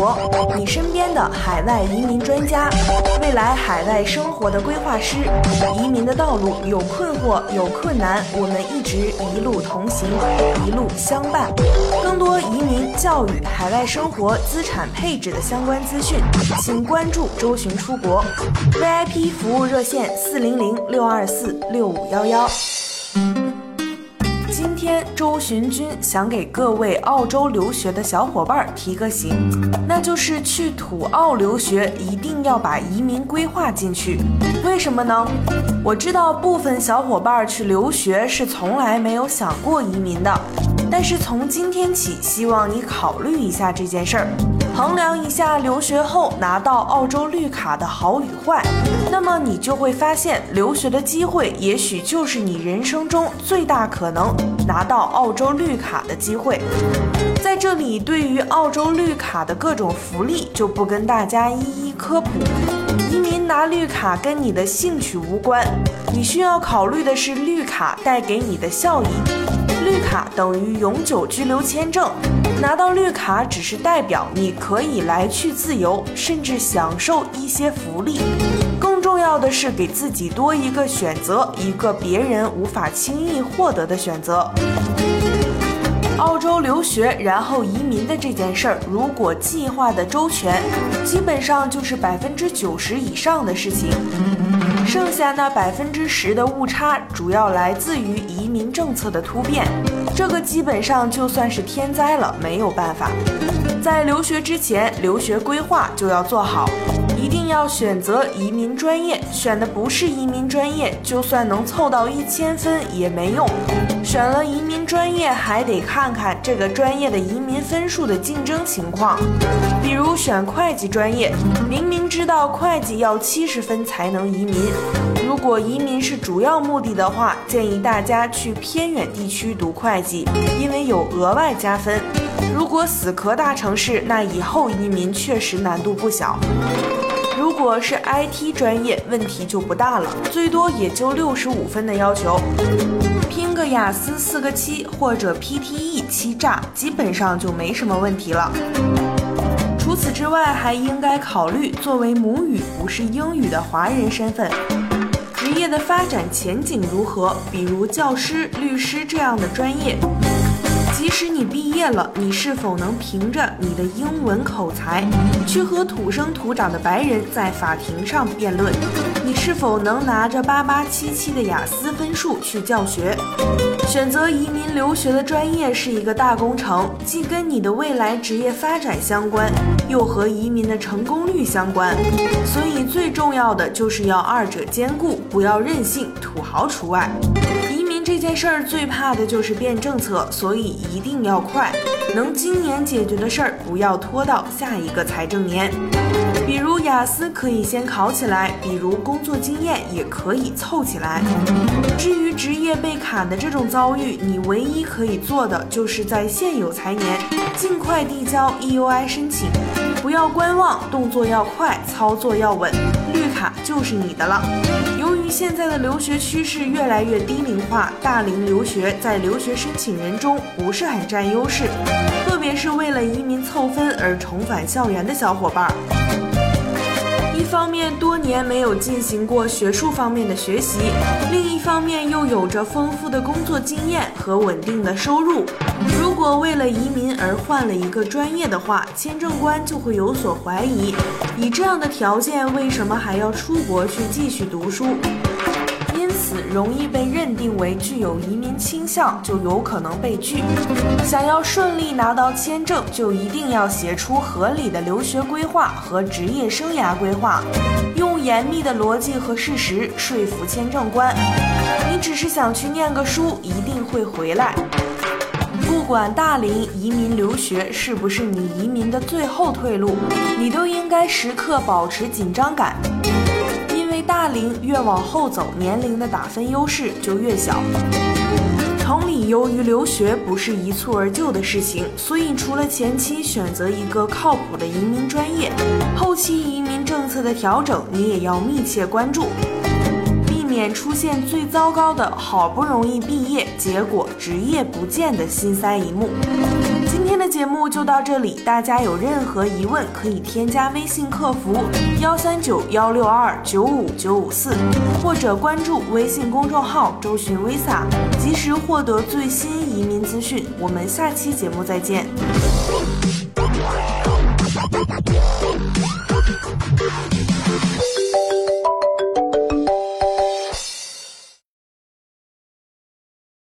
国，你身边的海外移民专家，未来海外生活的规划师。移民的道路有困惑有困难，我们一直一路同行，一路相伴。更多移民、教育、海外生活、资产配置的相关资讯，请关注周巡出国 VIP 服务热线400-624-6511。今天周巡君想给各位澳洲留学的小伙伴提个醒，那就是去土澳留学一定要把移民规划进去。为什么呢？我知道部分小伙伴去留学是从来没有想过移民的，但是从今天起，希望你考虑一下这件事儿，衡量一下留学后拿到澳洲绿卡的好与坏，那么你就会发现，留学的机会也许就是你人生中最大可能拿到澳洲绿卡的机会。在这里，对于澳洲绿卡的各种福利就不跟大家一一科普。移民拿绿卡跟你的兴趣无关，你需要考虑的是绿卡带给你的效益。绿卡等于永久居留签证，拿到绿卡只是代表你可以来去自由，甚至享受一些福利。更重要的是给自己多一个选择，一个别人无法轻易获得的选择。澳洲留学然后移民的这件事儿，如果计划的周全，基本上就是90%以上的事情。剩下那10%的误差，主要来自于移民政策的突变，这个基本上就算是天灾了，没有办法。在留学之前，留学规划就要做好，一定要选择移民专业，选的不是移民专业，就算能凑到1000分也没用。选了移民专业，还得看看这个专业的移民分数的竞争情况。比如选会计专业，明明知道会计要70分才能移民，如果移民是主要目的的话，建议大家去偏远地区读会计，因为有额外加分。如果死磕大城市，那以后移民确实难度不小。如果是 IT 专业，问题就不大了，最多也就65分的要求，拼个雅思4个7或者 PTE 欺诈，基本上就没什么问题了。除此之外，还应该考虑作为母语不是英语的华人身份，职业的发展前景如何，比如教师、律师这样的专业。即使你毕业了，你是否能凭着你的英文口才去和土生土长的白人在法庭上辩论？你是否能拿着8877的雅思分数去教学？选择移民留学的专业是一个大工程，既跟你的未来职业发展相关，又和移民的成功率相关，所以最重要的就是要二者兼顾，不要任性，土豪除外。这件事儿最怕的就是变政策，所以一定要快，能今年解决的事儿不要拖到下一个财政年。比如雅思可以先考起来，比如工作经验也可以凑起来。至于职业被砍的这种遭遇，你唯一可以做的就是在现有财年尽快递交 EUI 申请，不要观望，动作要快，操作要稳，绿卡就是你的了。由于现在的留学趋势越来越低龄化，大龄留学在留学申请人中不是很占优势，特别是为了移民凑分而重返校园的小伙伴。一方面多年没有进行过学术方面的学习，另一方面又有着丰富的工作经验和稳定的收入。如果为了移民而换了一个专业的话，签证官就会有所怀疑，以这样的条件为什么还要出国去继续读书？因此容易被认定为具有移民倾向，就有可能被拒。想要顺利拿到签证，就一定要写出合理的留学规划和职业生涯规划，用严密的逻辑和事实说服签证官。你只是想去念个书，一定会回来。不管大龄移民留学是不是你移民的最后退路，你都应该时刻保持紧张感。因为大龄越往后走，年龄的打分优势就越小。同理，由于留学不是一蹴而就的事情，所以除了前期选择一个靠谱的移民专业，后期移民政策的调整你也要密切关注，避免出现最糟糕的好不容易毕业，结果职业不见的心塞一幕。 今天的节目就到这里，大家有任何疑问可以添加微信客服13916295954，或者关注微信公众号周巡 Visa， 及时获得最新移民资讯。我们下期节目再见。